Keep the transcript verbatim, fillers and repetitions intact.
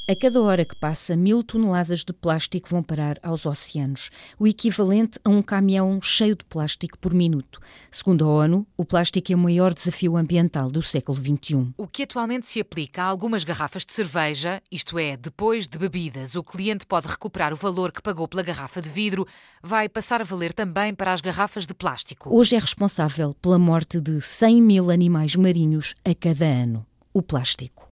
A cada hora que passa, mil toneladas de plástico vão parar aos oceanos, o equivalente a um caminhão cheio de plástico por minuto. Segundo a ONU, o plástico é o maior desafio ambiental do século vinte e um. O que atualmente se aplica a algumas garrafas de cerveja, isto é, depois de bebidas, o cliente pode recuperar o valor que pagou pela garrafa de vidro, vai passar a valer também para as garrafas de plástico. Hoje é responsável pela morte de cem mil animais marinhos a cada ano. O plástico.